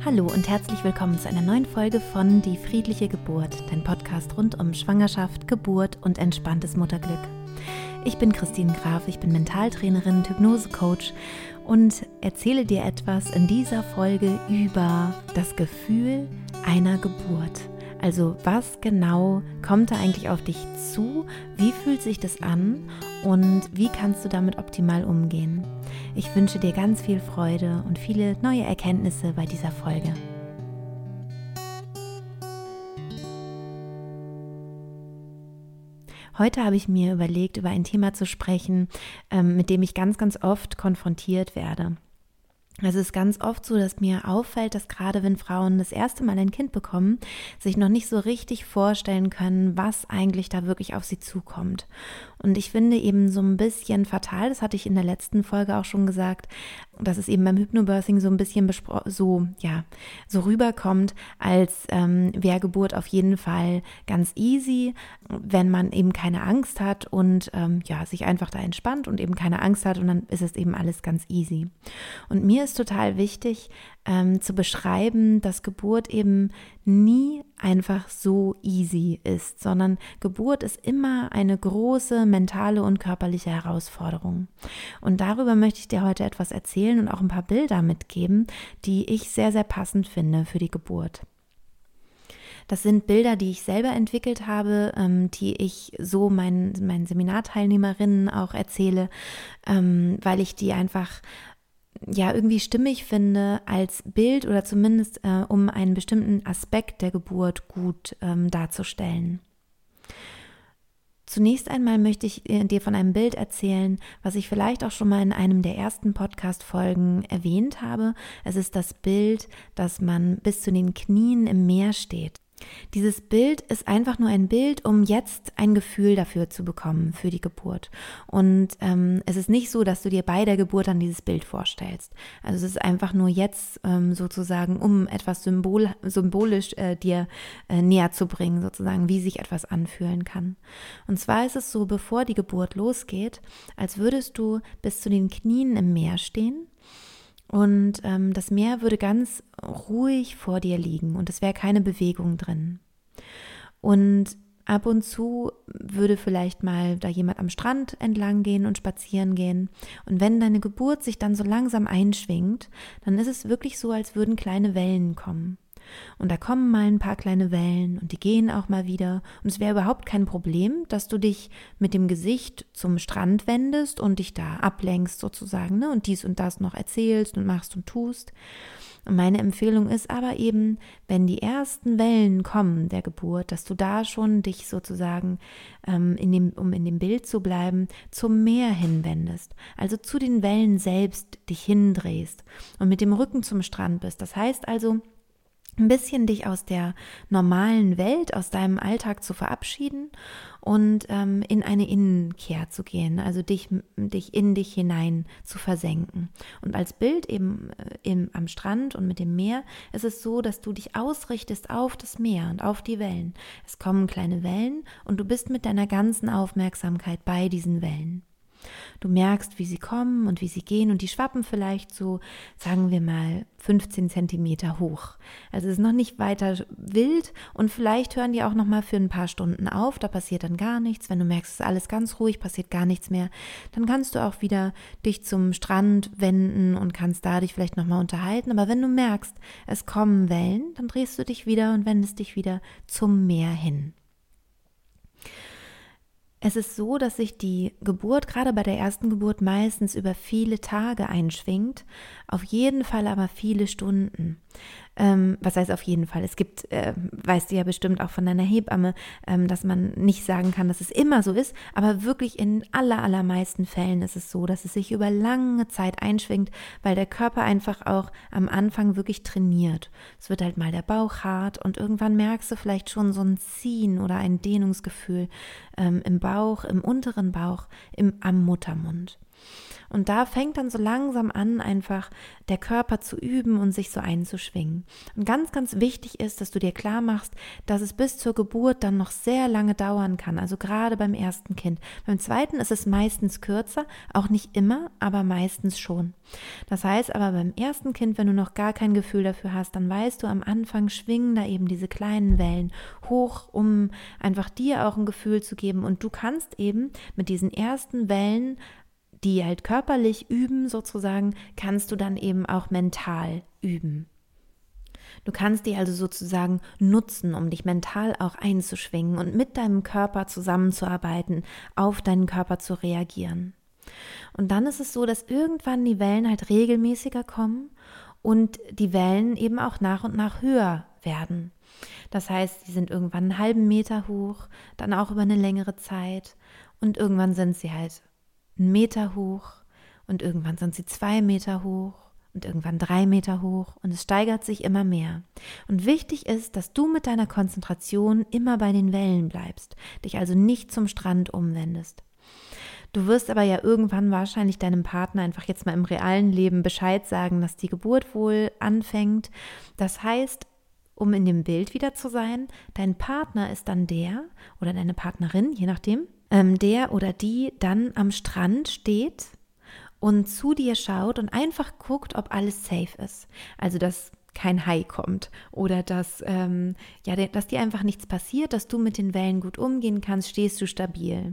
Hallo und herzlich willkommen zu einer neuen Folge von Die friedliche Geburt, dein Podcast rund um Schwangerschaft, Geburt und entspanntes Mutterglück. Ich bin Christine Graf, ich bin Mentaltrainerin, Hypnosecoach und erzähle dir etwas in dieser Folge über das Gefühl einer Geburt. Also was genau kommt da eigentlich auf dich zu, wie fühlt sich das an und wie kannst du damit optimal umgehen? Ich wünsche dir ganz viel Freude und viele neue Erkenntnisse bei dieser Folge. Heute habe ich mir überlegt, über ein Thema zu sprechen, mit dem ich ganz, ganz oft konfrontiert werde. Es ist ganz oft so, dass mir auffällt, dass gerade wenn Frauen das erste Mal ein Kind bekommen, sich noch nicht so richtig vorstellen können, was eigentlich da wirklich auf sie zukommt. Und ich finde eben so ein bisschen fatal, das hatte ich in der letzten Folge auch schon gesagt, dass es eben beim Hypnobirthing so ein bisschen so rüberkommt, als wäre Geburt auf jeden Fall ganz easy, wenn man eben keine Angst hat und sich einfach da entspannt und eben keine Angst hat und dann ist es eben alles ganz easy. Und mir ist total wichtig zu beschreiben, dass Geburt eben nie einfach so easy ist, sondern Geburt ist immer eine große mentale und körperliche Herausforderung. Und darüber möchte ich dir heute etwas erzählen und auch ein paar Bilder mitgeben, die ich sehr, sehr passend finde für die Geburt. Das sind Bilder, die ich selber entwickelt habe, die ich so meinen Seminarteilnehmerinnen auch erzähle, weil ich die einfach irgendwie stimmig finde als Bild oder zumindest um einen bestimmten Aspekt der Geburt gut darzustellen. Zunächst einmal möchte ich dir von einem Bild erzählen, was ich vielleicht auch schon mal in einem der ersten Podcast-Folgen erwähnt habe. Es ist das Bild, dass man bis zu den Knien im Meer steht. Dieses Bild ist einfach nur ein Bild, um jetzt ein Gefühl dafür zu bekommen, für die Geburt. Und es ist nicht so, dass du dir bei der Geburt dann dieses Bild vorstellst. Also es ist einfach nur jetzt sozusagen, um etwas symbolisch dir näher zu bringen, sozusagen, wie sich etwas anfühlen kann. Und zwar ist es so, bevor die Geburt losgeht, als würdest du bis zu den Knien im Meer stehen. Und das Meer würde ganz ruhig vor dir liegen und es wäre keine Bewegung drin. Und ab und zu würde vielleicht mal da jemand am Strand entlang gehen und spazieren gehen. Und wenn deine Geburt sich dann so langsam einschwingt, dann ist es wirklich so, als würden kleine Wellen kommen. Und da kommen mal ein paar kleine Wellen und die gehen auch mal wieder. Und es wäre überhaupt kein Problem, dass du dich mit dem Gesicht zum Strand wendest und dich da ablenkst sozusagen, ne? Und dies und das noch erzählst und machst und tust. Und meine Empfehlung ist aber eben, wenn die ersten Wellen kommen der Geburt, dass du da schon dich sozusagen, um in dem Bild zu bleiben, zum Meer hinwendest. Also zu den Wellen selbst dich hindrehst und mit dem Rücken zum Strand bist. Das heißt also, ein bisschen dich aus der normalen Welt, aus deinem Alltag zu verabschieden und in eine Innenkehr zu gehen, also dich in dich hinein zu versenken. Und als Bild eben am Strand und mit dem Meer ist es so, dass du dich ausrichtest auf das Meer und auf die Wellen. Es kommen kleine Wellen und du bist mit deiner ganzen Aufmerksamkeit bei diesen Wellen. Du merkst, wie sie kommen und wie sie gehen und die schwappen vielleicht so, sagen wir mal, 15 Zentimeter hoch. Also es ist noch nicht weiter wild und vielleicht hören die auch noch mal für ein paar Stunden auf, da passiert dann gar nichts. Wenn du merkst, es ist alles ganz ruhig, passiert gar nichts mehr, dann kannst du auch wieder dich zum Strand wenden und kannst da dich vielleicht noch mal unterhalten. Aber wenn du merkst, es kommen Wellen, dann drehst du dich wieder und wendest dich wieder zum Meer hin. Es ist so, dass sich die Geburt, gerade bei der ersten Geburt, meistens über viele Tage einschwingt, auf jeden Fall aber viele Stunden. Was heißt auf jeden Fall? Es gibt, weißt du ja bestimmt auch von deiner Hebamme, dass man nicht sagen kann, dass es immer so ist, aber wirklich in allermeisten Fällen ist es so, dass es sich über lange Zeit einschwingt, weil der Körper einfach auch am Anfang wirklich trainiert. Es wird halt mal der Bauch hart und irgendwann merkst du vielleicht schon so ein Ziehen oder ein Dehnungsgefühl im Bauch, im unteren Bauch, am Muttermund. Und da fängt dann so langsam an, einfach der Körper zu üben und sich so einzuschwingen. Und ganz, ganz wichtig ist, dass du dir klar machst, dass es bis zur Geburt dann noch sehr lange dauern kann, also gerade beim ersten Kind. Beim zweiten ist es meistens kürzer, auch nicht immer, aber meistens schon. Das heißt aber beim ersten Kind, wenn du noch gar kein Gefühl dafür hast, dann weißt du, am Anfang schwingen da eben diese kleinen Wellen hoch, um einfach dir auch ein Gefühl zu geben. Und du kannst eben mit diesen ersten Wellen, die halt körperlich üben sozusagen, kannst du dann eben auch mental üben. Du kannst die also sozusagen nutzen, um dich mental auch einzuschwingen und mit deinem Körper zusammenzuarbeiten, auf deinen Körper zu reagieren. Und dann ist es so, dass irgendwann die Wellen halt regelmäßiger kommen und die Wellen eben auch nach und nach höher werden. Das heißt, die sind irgendwann einen halben Meter hoch, dann auch über eine längere Zeit und irgendwann sind sie halt 1 Meter hoch und irgendwann sind sie 2 Meter hoch und irgendwann 3 Meter hoch und es steigert sich immer mehr. Und wichtig ist, dass du mit deiner Konzentration immer bei den Wellen bleibst, dich also nicht zum Strand umwendest. Du wirst aber ja irgendwann wahrscheinlich deinem Partner einfach jetzt mal im realen Leben Bescheid sagen, dass die Geburt wohl anfängt. Das heißt, um in dem Bild wieder zu sein, dein Partner ist dann der oder deine Partnerin, je nachdem, der oder die dann am Strand steht und zu dir schaut und einfach guckt, ob alles safe ist. Also, dass kein Hai kommt oder dass dir einfach nichts passiert, dass du mit den Wellen gut umgehen kannst, stehst du stabil.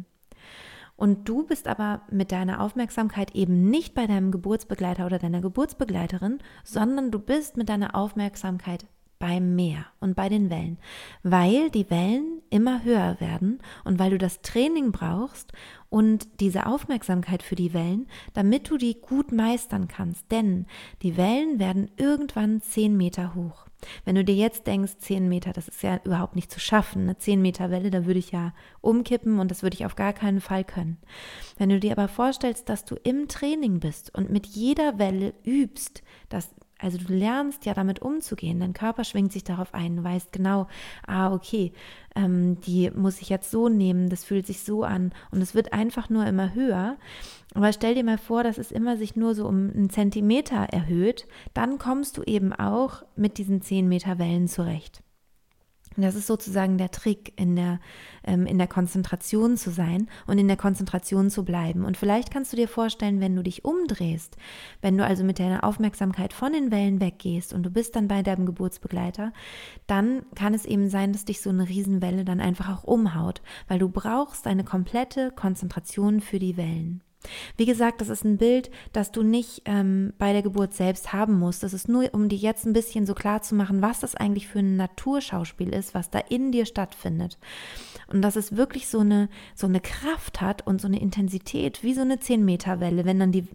Und du bist aber mit deiner Aufmerksamkeit eben nicht bei deinem Geburtsbegleiter oder deiner Geburtsbegleiterin, sondern du bist mit deiner Aufmerksamkeit beim Meer und bei den Wellen, weil die Wellen immer höher werden und weil du das Training brauchst und diese Aufmerksamkeit für die Wellen, damit du die gut meistern kannst, denn die Wellen werden irgendwann 10 Meter hoch. Wenn du dir jetzt denkst, 10 Meter, das ist ja überhaupt nicht zu schaffen, eine 10 Meter Welle, da würde ich ja umkippen und das würde ich auf gar keinen Fall können. Wenn du dir aber vorstellst, dass du im Training bist und mit jeder Welle übst, also du lernst ja damit umzugehen, dein Körper schwingt sich darauf ein, du weißt genau, okay, die muss ich jetzt so nehmen, das fühlt sich so an und es wird einfach nur immer höher. Aber stell dir mal vor, dass es immer sich nur so um 1 Zentimeter erhöht, dann kommst du eben auch mit diesen 10 Meter Wellen zurecht. Und das ist sozusagen der Trick, in der Konzentration zu sein und in der Konzentration zu bleiben. Und vielleicht kannst du dir vorstellen, wenn du dich umdrehst, wenn du also mit deiner Aufmerksamkeit von den Wellen weggehst und du bist dann bei deinem Geburtsbegleiter, dann kann es eben sein, dass dich so eine Riesenwelle dann einfach auch umhaut, weil du brauchst eine komplette Konzentration für die Wellen. Wie gesagt, das ist ein Bild, das du nicht bei der Geburt selbst haben musst. Das ist nur, um dir jetzt ein bisschen so klar zu machen, was das eigentlich für ein Naturschauspiel ist, was da in dir stattfindet. Und dass es wirklich so eine Kraft hat und so eine Intensität, wie so eine 10-Meter-Welle,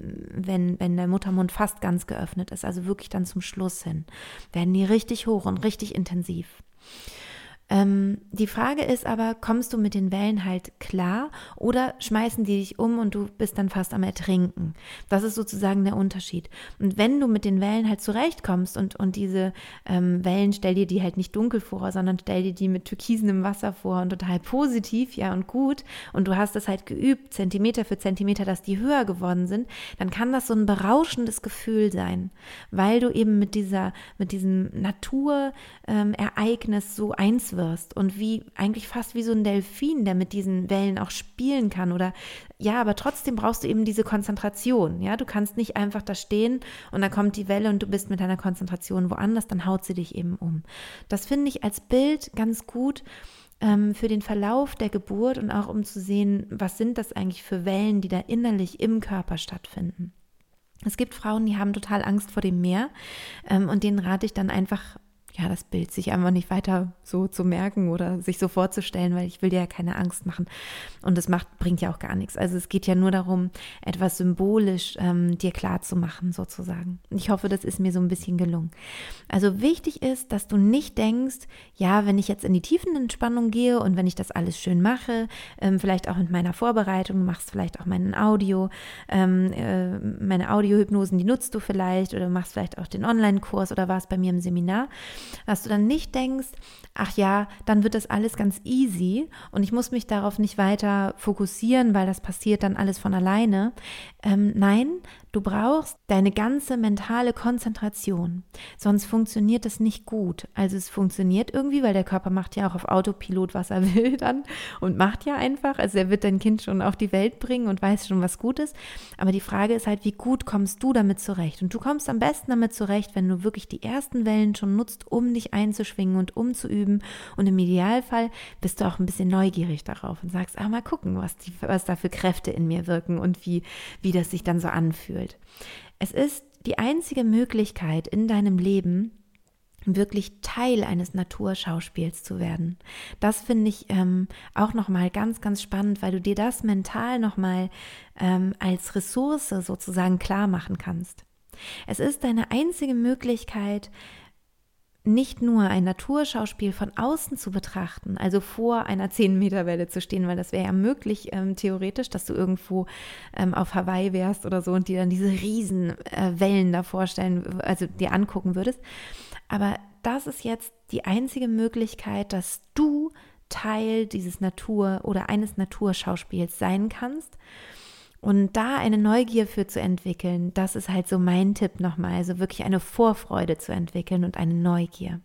wenn der Muttermund fast ganz geöffnet ist, also wirklich dann zum Schluss hin, werden die richtig hoch und richtig intensiv. Die Frage ist aber, kommst du mit den Wellen halt klar oder schmeißen die dich um und du bist dann fast am Ertrinken? Das ist sozusagen der Unterschied. Und wenn du mit den Wellen halt zurechtkommst und diese Wellen, stell dir die halt nicht dunkel vor, sondern stell dir die mit türkisenem Wasser vor und total positiv, ja und gut und du hast das halt geübt, Zentimeter für Zentimeter, dass die höher geworden sind, dann kann das so ein berauschendes Gefühl sein, weil du eben mit diesem Naturereignis so eins wirst und eigentlich fast wie so ein Delfin, der mit diesen Wellen auch spielen kann oder ja, aber trotzdem brauchst du eben diese Konzentration, ja, du kannst nicht einfach da stehen und dann kommt die Welle und du bist mit deiner Konzentration woanders, dann haut sie dich eben um. Das finde ich als Bild ganz gut für den Verlauf der Geburt und auch um zu sehen, was sind das eigentlich für Wellen, die da innerlich im Körper stattfinden. Es gibt Frauen, die haben total Angst vor dem Meer und denen rate ich dann einfach, das Bild sich einfach nicht weiter so zu merken oder sich so vorzustellen, weil ich will dir ja keine Angst machen und das bringt ja auch gar nichts. Also es geht ja nur darum, etwas symbolisch dir klar zu machen sozusagen. Ich hoffe, das ist mir so ein bisschen gelungen. Also wichtig ist, dass du nicht denkst, ja, wenn ich jetzt in die Tiefenentspannung gehe und wenn ich das alles schön mache, vielleicht auch mit meiner Vorbereitung, machst vielleicht auch meine Audiohypnosen, die nutzt du vielleicht oder machst vielleicht auch den Online-Kurs oder warst bei mir im Seminar, dass du dann nicht denkst, ach ja, dann wird das alles ganz easy und ich muss mich darauf nicht weiter fokussieren, weil das passiert dann alles von alleine. Nein, du brauchst deine ganze mentale Konzentration, sonst funktioniert das nicht gut. Also es funktioniert irgendwie, weil der Körper macht ja auch auf Autopilot, was er will dann und macht ja einfach. Also er wird dein Kind schon auf die Welt bringen und weiß schon, was gut ist. Aber die Frage ist halt, wie gut kommst du damit zurecht? Und du kommst am besten damit zurecht, wenn du wirklich die ersten Wellen schon nutzt, um dich einzuschwingen und um zu üben. Und im Idealfall bist du auch ein bisschen neugierig darauf und sagst, mal gucken, was da für Kräfte in mir wirken und wie das sich dann so anfühlt. Es ist die einzige Möglichkeit in deinem Leben, wirklich Teil eines Naturschauspiels zu werden. Das finde ich auch nochmal ganz, ganz spannend, weil du dir das mental nochmal als Ressource sozusagen klar machen kannst. Es ist deine einzige Möglichkeit, nicht nur ein Naturschauspiel von außen zu betrachten, also vor einer 10-Meter-Welle zu stehen, weil das wäre ja möglich, theoretisch, dass du irgendwo auf Hawaii wärst oder so und dir dann diese riesen Wellen da vorstellen, also dir angucken würdest. Aber das ist jetzt die einzige Möglichkeit, dass du Teil dieses eines Naturschauspiels sein kannst. Und da eine Neugier für zu entwickeln, das ist halt so mein Tipp nochmal, also wirklich eine Vorfreude zu entwickeln und eine Neugier.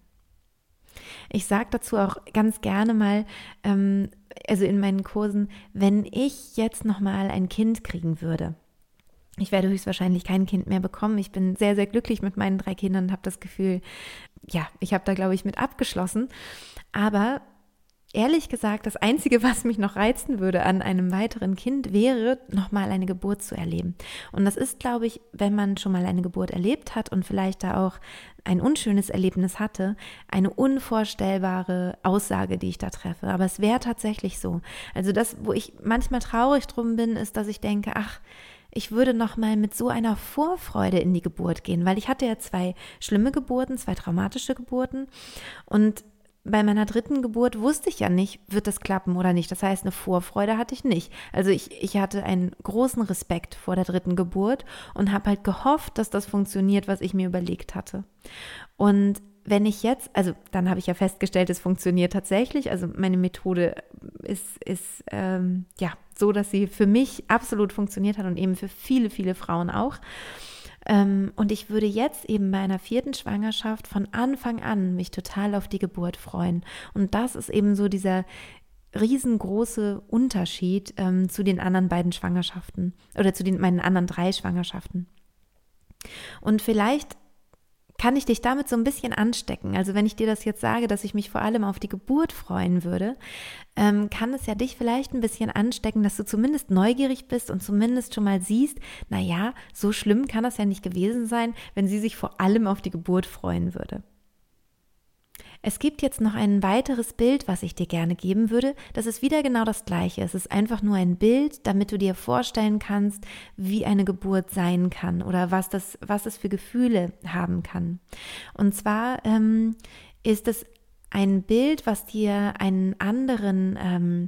Ich sage dazu auch ganz gerne mal, also in meinen Kursen, wenn ich jetzt nochmal ein Kind kriegen würde, ich werde höchstwahrscheinlich kein Kind mehr bekommen. Ich bin sehr, sehr glücklich mit meinen 3 Kindern und habe das Gefühl, ja, ich habe da, glaube ich, mit abgeschlossen. Aber ehrlich gesagt, das Einzige, was mich noch reizen würde an einem weiteren Kind, wäre, nochmal eine Geburt zu erleben. Und das ist, glaube ich, wenn man schon mal eine Geburt erlebt hat und vielleicht da auch ein unschönes Erlebnis hatte, eine unvorstellbare Aussage, die ich da treffe. Aber es wäre tatsächlich so. Also das, wo ich manchmal traurig drum bin, ist, dass ich denke, ich würde noch mal mit so einer Vorfreude in die Geburt gehen, weil ich hatte ja 2 schlimme Geburten, 2 traumatische Geburten und bei meiner 3. Geburt wusste ich ja nicht, wird das klappen oder nicht. Das heißt, eine Vorfreude hatte ich nicht. Also ich hatte einen großen Respekt vor der 3. Geburt und habe halt gehofft, dass das funktioniert, was ich mir überlegt hatte. Und wenn ich jetzt, also dann habe ich ja festgestellt, es funktioniert tatsächlich. Also meine Methode ist so, dass sie für mich absolut funktioniert hat und eben für viele, viele Frauen auch. Und ich würde jetzt eben bei einer 4. Schwangerschaft von Anfang an mich total auf die Geburt freuen. Und das ist eben so dieser riesengroße Unterschied zu den anderen beiden Schwangerschaften oder zu meinen anderen 3 Schwangerschaften. Und vielleicht kann ich dich damit so ein bisschen anstecken. Also wenn ich dir das jetzt sage, dass ich mich vor allem auf die Geburt freuen würde, kann es ja dich vielleicht ein bisschen anstecken, dass du zumindest neugierig bist und zumindest schon mal siehst, naja, so schlimm kann das ja nicht gewesen sein, wenn sie sich vor allem auf die Geburt freuen würde. Es gibt jetzt noch ein weiteres Bild, was ich dir gerne geben würde. Das ist wieder genau das Gleiche. Es ist einfach nur ein Bild, damit du dir vorstellen kannst, wie eine Geburt sein kann oder was es für Gefühle haben kann. Und zwar ist es ein Bild, was dir einen anderen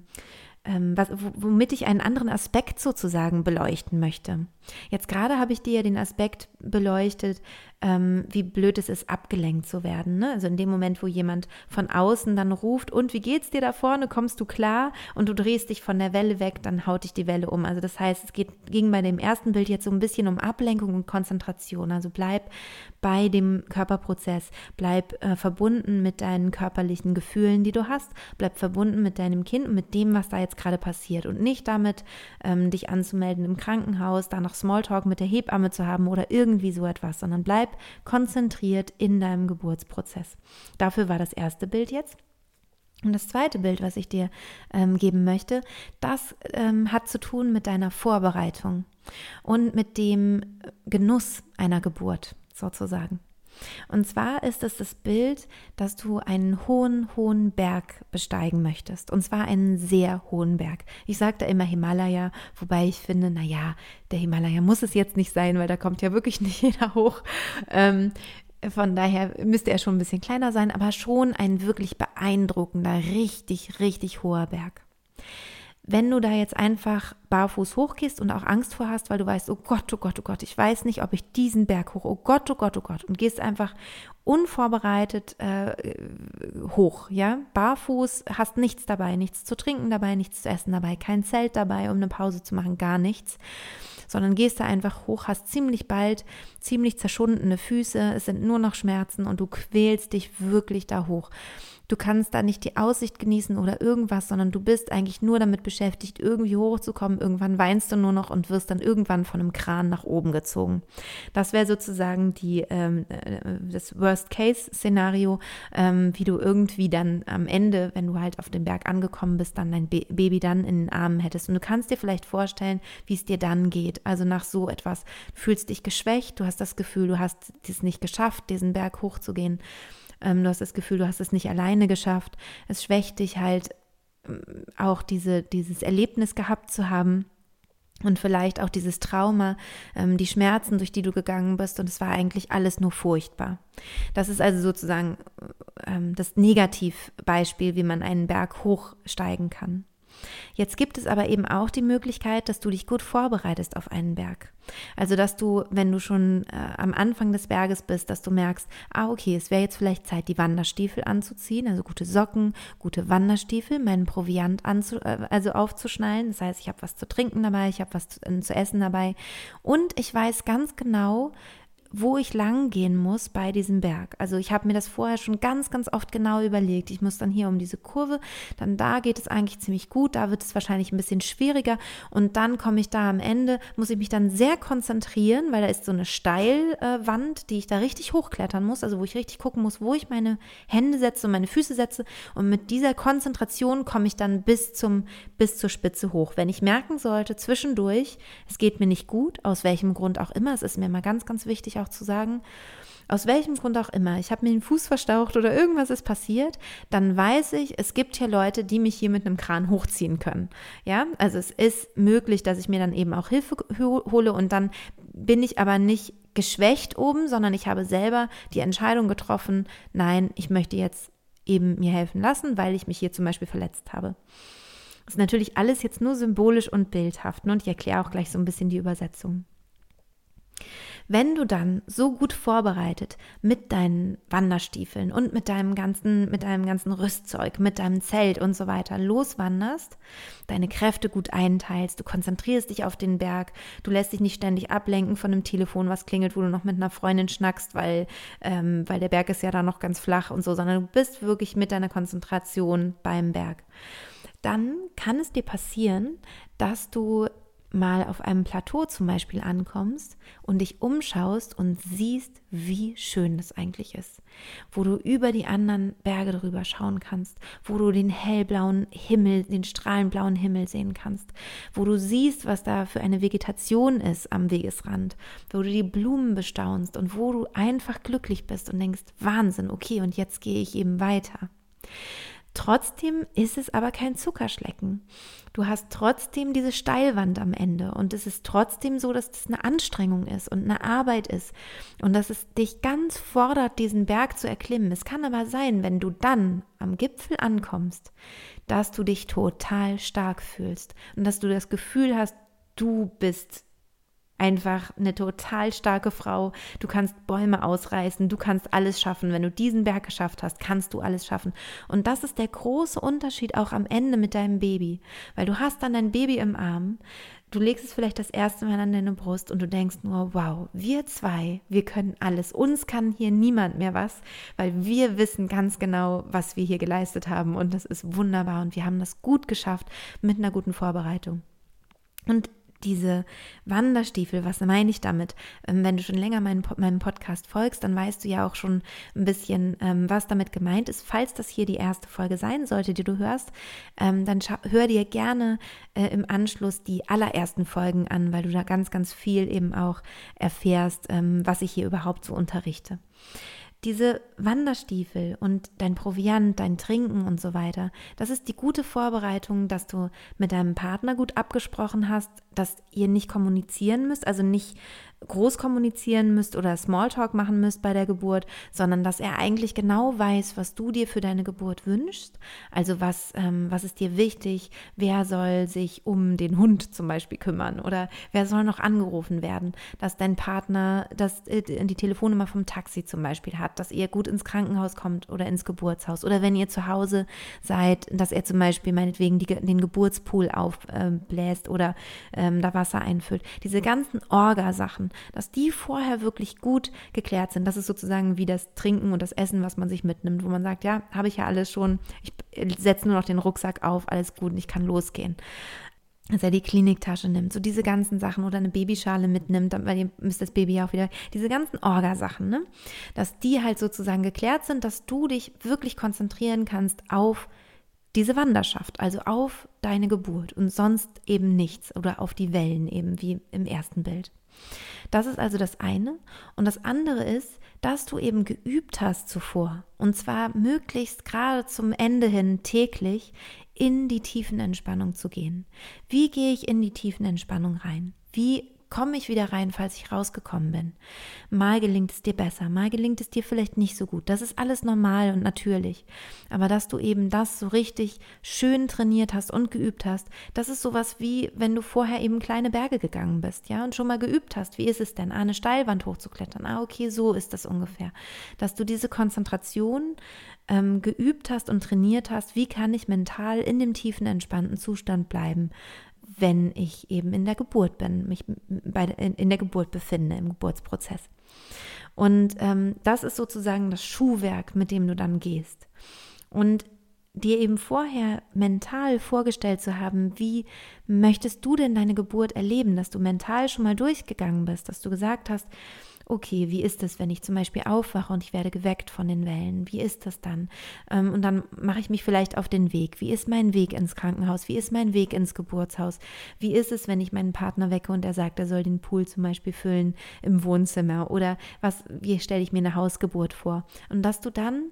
womit ich einen anderen Aspekt sozusagen beleuchten möchte. Jetzt gerade habe ich dir ja den Aspekt beleuchtet, wie blöd es ist, abgelenkt zu werden. Ne? Also in dem Moment, wo jemand von außen dann ruft, und wie geht's dir da vorne, kommst du klar? Und du drehst dich von der Welle weg, dann haut dich die Welle um. Also das heißt, ging bei dem ersten Bild jetzt so ein bisschen um Ablenkung und Konzentration. Also bleib bei dem Körperprozess, bleib verbunden mit deinen körperlichen Gefühlen, die du hast, bleib verbunden mit deinem Kind und mit dem, was da jetzt gerade passiert und nicht damit, dich anzumelden im Krankenhaus, da noch Smalltalk mit der Hebamme zu haben oder irgendwie so etwas, sondern bleib konzentriert in deinem Geburtsprozess. Dafür war das erste Bild jetzt. Und das zweite Bild, was ich dir geben möchte, das hat zu tun mit deiner Vorbereitung und mit dem Genuss einer Geburt sozusagen. Und zwar ist es das Bild, dass du einen hohen, hohen Berg besteigen möchtest. Und zwar einen sehr hohen Berg. Ich sage da immer Himalaya, wobei ich finde, naja, der Himalaya muss es jetzt nicht sein, weil da kommt ja wirklich nicht jeder hoch. Von daher müsste er schon ein bisschen kleiner sein, aber schon ein wirklich beeindruckender, richtig, richtig hoher Berg. wenn du da jetzt einfach barfuß hochgehst und auch Angst vor hast, weil du weißt, oh Gott, oh Gott, oh Gott, ich weiß nicht, ob ich diesen Berg hoch, oh Gott, oh Gott, oh Gott, und gehst einfach unvorbereitet hoch, ja, barfuß, hast nichts dabei, nichts zu trinken dabei, nichts zu essen dabei, kein Zelt dabei, um eine Pause zu machen, gar nichts, sondern gehst da einfach hoch, hast ziemlich bald ziemlich zerschundene Füße, es sind nur noch Schmerzen und du quälst dich wirklich da hoch. Du kannst da nicht die Aussicht genießen oder irgendwas, sondern du bist eigentlich nur damit beschäftigt, irgendwie hochzukommen. Irgendwann weinst du nur noch und wirst dann irgendwann von einem Kran nach oben gezogen. Das wäre sozusagen das Worst-Case-Szenario, wie du irgendwie dann am Ende, wenn du halt auf dem Berg angekommen bist, dann dein Baby dann in den Armen hättest. Und du kannst dir vielleicht vorstellen, wie es dir dann geht. Also nach so etwas, du fühlst dich geschwächt, du hast das Gefühl, du hast es nicht geschafft, diesen Berg hochzugehen. Du hast das Gefühl, du hast es nicht alleine geschafft. Es schwächt dich halt auch dieses Erlebnis gehabt zu haben und vielleicht auch dieses Trauma, die Schmerzen, durch die du gegangen bist, und es war eigentlich alles nur furchtbar. Das ist also sozusagen das Negativbeispiel, wie man einen Berg hochsteigen kann. Jetzt gibt es aber eben auch die Möglichkeit, dass du dich gut vorbereitest auf einen Berg. Also, dass du, wenn du schon am Anfang des Berges bist, dass du merkst, okay, es wäre jetzt vielleicht Zeit, die Wanderstiefel anzuziehen, also gute Socken, gute Wanderstiefel, meinen Proviant aufzuschnallen. Das heißt, ich habe was zu trinken dabei, ich habe was zu essen dabei und ich weiß ganz genau, wo ich lang gehen muss bei diesem Berg. Also ich habe mir das vorher schon ganz, ganz oft genau überlegt. Ich muss dann hier um diese Kurve, dann da geht es eigentlich ziemlich gut, da wird es wahrscheinlich ein bisschen schwieriger und dann komme ich da am Ende, muss ich mich dann sehr konzentrieren, weil da ist so eine Steilwand, die ich da richtig hochklettern muss, also wo ich richtig gucken muss, wo ich meine Hände setze und meine Füße setze, und mit dieser Konzentration komme ich dann bis zur Spitze hoch. Wenn ich merken sollte zwischendurch, es geht mir nicht gut, aus welchem Grund auch immer, es ist mir immer ganz, ganz wichtig auch zu sagen, aus welchem Grund auch immer, ich habe mir den Fuß verstaucht oder irgendwas ist passiert, dann weiß ich, es gibt hier Leute, die mich hier mit einem Kran hochziehen können. Ja, also es ist möglich, dass ich mir dann eben auch Hilfe hole, und dann bin ich aber nicht geschwächt oben, sondern ich habe selber die Entscheidung getroffen, nein, ich möchte jetzt eben mir helfen lassen, weil ich mich hier zum Beispiel verletzt habe. Das ist natürlich alles jetzt nur symbolisch und bildhaft, ne? Und ich erkläre auch gleich so ein bisschen die Übersetzung. Wenn du dann so gut vorbereitet mit deinen Wanderstiefeln und mit deinem ganzen Rüstzeug, mit deinem Zelt und so weiter loswanderst, deine Kräfte gut einteilst, du konzentrierst dich auf den Berg, du lässt dich nicht ständig ablenken von einem Telefon, was klingelt, wo du noch mit einer Freundin schnackst, weil der Berg ist ja da noch ganz flach und so, sondern du bist wirklich mit deiner Konzentration beim Berg. Dann kann es dir passieren, dass du mal auf einem Plateau zum Beispiel ankommst und dich umschaust und siehst, wie schön das eigentlich ist, wo du über die anderen Berge drüber schauen kannst, wo du den hellblauen Himmel, den strahlenblauen Himmel sehen kannst, wo du siehst, was da für eine Vegetation ist am Wegesrand, wo du die Blumen bestaunst und wo du einfach glücklich bist und denkst, Wahnsinn, okay, und jetzt gehe ich eben weiter. Trotzdem ist es aber kein Zuckerschlecken. Du hast trotzdem diese Steilwand am Ende und es ist trotzdem so, dass es eine Anstrengung ist und eine Arbeit ist und dass es dich ganz fordert, diesen Berg zu erklimmen. Es kann aber sein, wenn du dann am Gipfel ankommst, dass du dich total stark fühlst und dass du das Gefühl hast, du bist einfach eine total starke Frau, du kannst Bäume ausreißen, du kannst alles schaffen. Wenn du diesen Berg geschafft hast, kannst du alles schaffen. Und das ist der große Unterschied auch am Ende mit deinem Baby, weil du hast dann dein Baby im Arm, du legst es vielleicht das erste Mal an deine Brust und du denkst nur, wow, wir zwei, wir können alles, uns kann hier niemand mehr was, weil wir wissen ganz genau, was wir hier geleistet haben und das ist wunderbar und wir haben das gut geschafft mit einer guten Vorbereitung. Und diese Wanderstiefel, was meine ich damit? Wenn du schon länger meinem Podcast folgst, dann weißt du ja auch schon ein bisschen, was damit gemeint ist. Falls das hier die erste Folge sein sollte, die du hörst, dann hör dir gerne im Anschluss die allerersten Folgen an, weil du da ganz, ganz viel eben auch erfährst, was ich hier überhaupt so unterrichte. Diese Wanderstiefel und dein Proviant, dein Trinken und so weiter, das ist die gute Vorbereitung, dass du mit deinem Partner gut abgesprochen hast, dass ihr nicht kommunizieren müsst, also nicht groß kommunizieren müsst oder Smalltalk machen müsst bei der Geburt, sondern dass er eigentlich genau weiß, was du dir für deine Geburt wünschst. Also was ist dir wichtig, wer soll sich um den Hund zum Beispiel kümmern oder wer soll noch angerufen werden, dass dein Partner die Telefonnummer vom Taxi zum Beispiel hat, dass ihr gut ins Krankenhaus kommt oder ins Geburtshaus oder wenn ihr zu Hause seid, dass er zum Beispiel meinetwegen den Geburtspool aufbläst oder da Wasser einfüllt. Diese ganzen Orga-Sachen, dass die vorher wirklich gut geklärt sind. Das ist sozusagen wie das Trinken und das Essen, was man sich mitnimmt, wo man sagt, ja, habe ich ja alles schon, ich setze nur noch den Rucksack auf, alles gut und ich kann losgehen. Dass er die Kliniktasche nimmt, so diese ganzen Sachen oder eine Babyschale mitnimmt, weil ihr müsst das Baby ja auch wieder, diese ganzen Orga-Sachen, ne? Dass die halt sozusagen geklärt sind, dass du dich wirklich konzentrieren kannst auf diese Wanderschaft, also auf deine Geburt und sonst eben nichts oder auf die Wellen eben wie im ersten Bild. Das ist also das eine. Und das andere ist, dass du eben geübt hast zuvor und zwar möglichst gerade zum Ende hin täglich in die Tiefenentspannung zu gehen. Wie gehe ich in die Tiefenentspannung rein? Wie komme ich wieder rein, falls ich rausgekommen bin? Mal gelingt es dir besser, mal gelingt es dir vielleicht nicht so gut. Das ist alles normal und natürlich. Aber dass du eben das so richtig schön trainiert hast und geübt hast, das ist sowas wie, wenn du vorher eben kleine Berge gegangen bist, ja, und schon mal geübt hast. Wie ist es denn, eine Steilwand hochzuklettern? Okay, so ist das ungefähr. Dass du diese Konzentration geübt hast und trainiert hast, wie kann ich mental in dem tiefen, entspannten Zustand bleiben, wenn ich eben in der Geburt bin, mich in der Geburt befinde, im Geburtsprozess. Und das ist sozusagen das Schuhwerk, mit dem du dann gehst. Und dir eben vorher mental vorgestellt zu haben, wie möchtest du denn deine Geburt erleben, dass du mental schon mal durchgegangen bist, dass du gesagt hast, okay, wie ist es, wenn ich zum Beispiel aufwache und ich werde geweckt von den Wellen? Wie ist das dann? Und dann mache ich mich vielleicht auf den Weg. Wie ist mein Weg ins Krankenhaus? Wie ist mein Weg ins Geburtshaus? Wie ist es, wenn ich meinen Partner wecke und er sagt, er soll den Pool zum Beispiel füllen im Wohnzimmer? Oder wie stelle ich mir eine Hausgeburt vor? Und dass du dann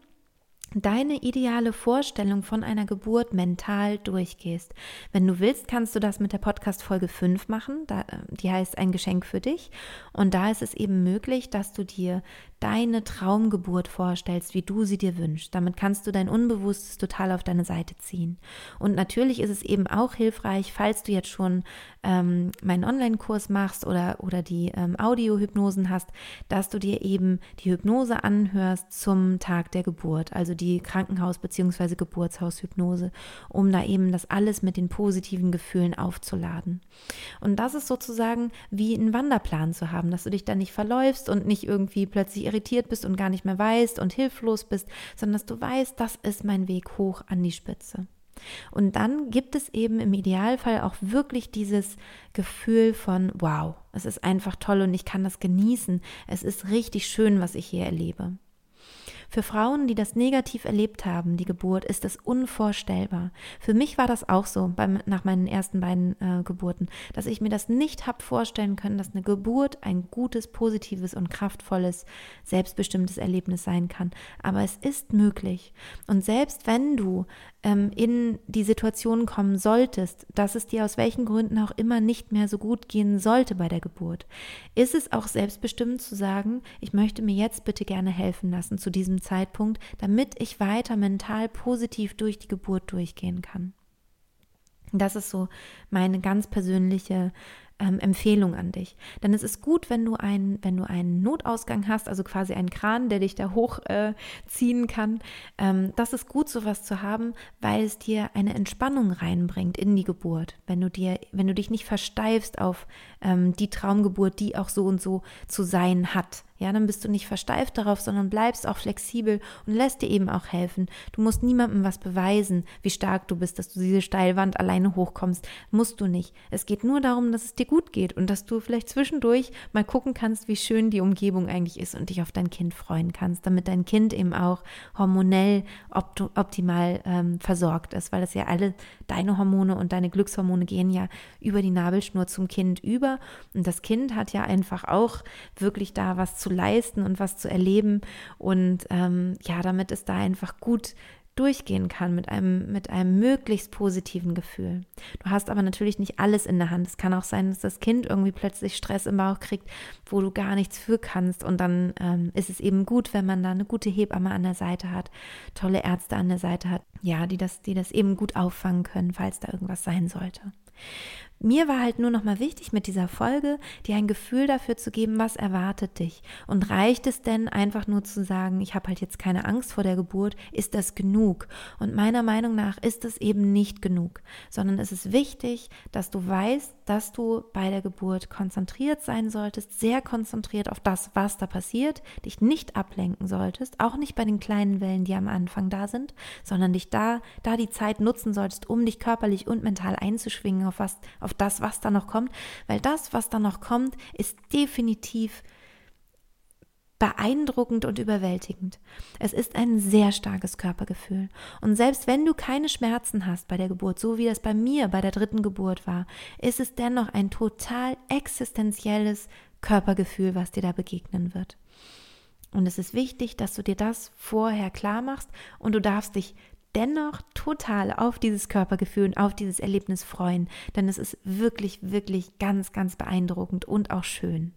deine ideale Vorstellung von einer Geburt mental durchgehst. Wenn du willst, kannst du das mit der Podcast-Folge 5 machen. Die heißt Ein Geschenk für dich. Und da ist es eben möglich, dass du dir deine Traumgeburt vorstellst, wie du sie dir wünschst. Damit kannst du dein Unbewusstes total auf deine Seite ziehen. Und natürlich ist es eben auch hilfreich, falls du jetzt schon meinen Online-Kurs machst oder die Audiohypnosen hast, dass du dir eben die Hypnose anhörst zum Tag der Geburt, also die Krankenhaus- bzw. Geburtshaushypnose, um da eben das alles mit den positiven Gefühlen aufzuladen. Und das ist sozusagen wie einen Wanderplan zu haben, dass du dich da nicht verläufst und nicht irgendwie plötzlich irritiert bist und gar nicht mehr weißt und hilflos bist, sondern dass du weißt, das ist mein Weg hoch an die Spitze. Und dann gibt es eben im Idealfall auch wirklich dieses Gefühl von, wow, es ist einfach toll und ich kann das genießen. Es ist richtig schön, was ich hier erlebe. Für Frauen, die das negativ erlebt haben, die Geburt, ist das unvorstellbar. Für mich war das auch so nach meinen ersten beiden Geburten, dass ich mir das nicht habe vorstellen können, dass eine Geburt ein gutes, positives und kraftvolles, selbstbestimmtes Erlebnis sein kann. Aber es ist möglich. Und selbst wenn du in die Situation kommen solltest, dass es dir aus welchen Gründen auch immer nicht mehr so gut gehen sollte bei der Geburt, ist es auch selbstbestimmt zu sagen, ich möchte mir jetzt bitte gerne helfen lassen zu diesem Zeitpunkt, damit ich weiter mental positiv durch die Geburt durchgehen kann. Das ist so meine ganz persönliche Empfehlung an dich. Denn es ist gut, wenn du einen Notausgang hast, also quasi einen Kran, der dich da hochziehen kann. Das ist gut, sowas zu haben, weil es dir eine Entspannung reinbringt in die Geburt. Wenn du dich nicht versteifst auf die Traumgeburt, die auch so und so zu sein hat. Ja, dann bist du nicht versteift darauf, sondern bleibst auch flexibel und lässt dir eben auch helfen. Du musst niemandem was beweisen, wie stark du bist, dass du diese Steilwand alleine hochkommst. Musst du nicht. Es geht nur darum, dass es dir gut geht und dass du vielleicht zwischendurch mal gucken kannst, wie schön die Umgebung eigentlich ist und dich auf dein Kind freuen kannst, damit dein Kind eben auch hormonell optimal versorgt ist, weil das ja alle deine Hormone und deine Glückshormone gehen ja über die Nabelschnur zum Kind über und das Kind hat ja einfach auch wirklich da was zu leisten und was zu erleben und damit es da einfach gut durchgehen kann mit einem möglichst positiven Gefühl. Du hast aber natürlich nicht alles in der Hand. Es kann auch sein, dass das Kind irgendwie plötzlich Stress im Bauch kriegt, wo du gar nichts für kannst, und dann ist es eben gut, wenn man da eine gute Hebamme an der Seite hat, tolle Ärzte an der Seite hat, ja, die das eben gut auffangen können, falls da irgendwas sein sollte. Mir war halt nur noch mal wichtig, mit dieser Folge dir ein Gefühl dafür zu geben, was erwartet dich. Und reicht es denn einfach nur zu sagen, ich habe halt jetzt keine Angst vor der Geburt, ist das genug? Und meiner Meinung nach ist es eben nicht genug, sondern es ist wichtig, dass du weißt, dass du bei der Geburt konzentriert sein solltest, sehr konzentriert auf das, was da passiert, dich nicht ablenken solltest, auch nicht bei den kleinen Wellen, die am Anfang da sind, sondern dich da die Zeit nutzen solltest, um dich körperlich und mental einzuschwingen auf das, was da noch kommt, weil das, was da noch kommt, ist definitiv beeindruckend und überwältigend. Es ist ein sehr starkes Körpergefühl. Und selbst wenn du keine Schmerzen hast bei der Geburt, so wie das bei mir bei der 3. Geburt war, ist es dennoch ein total existenzielles Körpergefühl, was dir da begegnen wird. Und es ist wichtig, dass du dir das vorher klar machst, und du darfst dich dennoch total auf dieses Körpergefühl und auf dieses Erlebnis freuen, denn es ist wirklich, wirklich ganz, ganz beeindruckend und auch schön.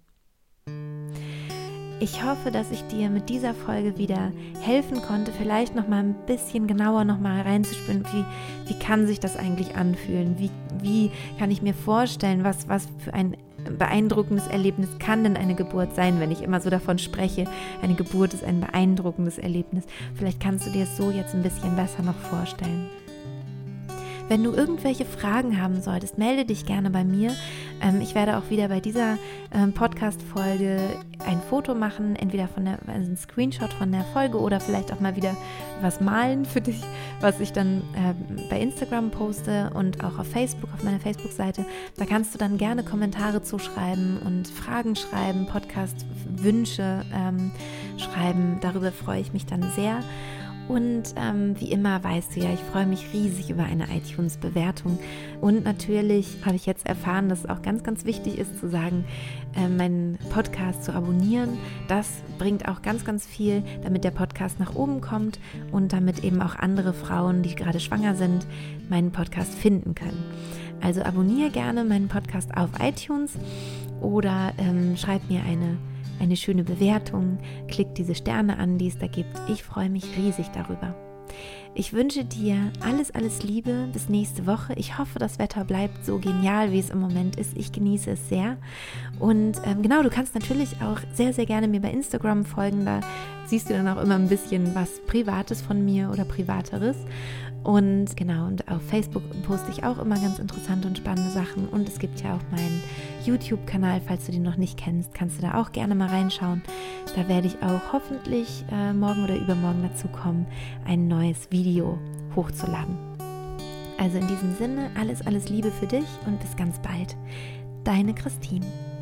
Ich hoffe, dass ich dir mit dieser Folge wieder helfen konnte, vielleicht noch mal ein bisschen genauer noch mal reinzuspüren, wie kann sich das eigentlich anfühlen, wie kann ich mir vorstellen, was für ein beeindruckendes Erlebnis kann denn eine Geburt sein, wenn ich immer so davon spreche, eine Geburt ist ein beeindruckendes Erlebnis. Vielleicht kannst du dir es so jetzt ein bisschen besser noch vorstellen. Wenn du irgendwelche Fragen haben solltest, melde dich gerne bei mir. Ich werde auch wieder bei dieser Podcast-Folge ein Foto machen, entweder ein Screenshot von der Folge oder vielleicht auch mal wieder was malen für dich, was ich dann bei Instagram poste und auch auf Facebook, auf meiner Facebook-Seite. Da kannst du dann gerne Kommentare zuschreiben und Fragen schreiben, Podcast-Wünsche schreiben. Darüber freue ich mich dann sehr. Und wie immer weißt du ja, ich freue mich riesig über eine iTunes-Bewertung. Und natürlich habe ich jetzt erfahren, dass es auch ganz, ganz wichtig ist zu sagen, meinen Podcast zu abonnieren. Das bringt auch ganz, ganz viel, damit der Podcast nach oben kommt und damit eben auch andere Frauen, die gerade schwanger sind, meinen Podcast finden können. Also abonniere gerne meinen Podcast auf iTunes oder schreib mir eine schöne Bewertung, klick diese Sterne an, die es da gibt. Ich freue mich riesig darüber. Ich wünsche dir alles, alles Liebe bis nächste Woche. Ich hoffe, das Wetter bleibt so genial, wie es im Moment ist. Ich genieße es sehr. Und genau, du kannst natürlich auch sehr, sehr gerne mir bei Instagram folgen. Da siehst du dann auch immer ein bisschen was Privates von mir oder Privateres. Und genau, und auf Facebook poste ich auch immer ganz interessante und spannende Sachen. Und es gibt ja auch meinen YouTube-Kanal, falls du den noch nicht kennst, kannst du da auch gerne mal reinschauen. Da werde ich auch hoffentlich morgen oder übermorgen dazu kommen, ein neues Video hochzuladen. Also in diesem Sinne, alles, alles Liebe für dich und bis ganz bald. Deine Christine.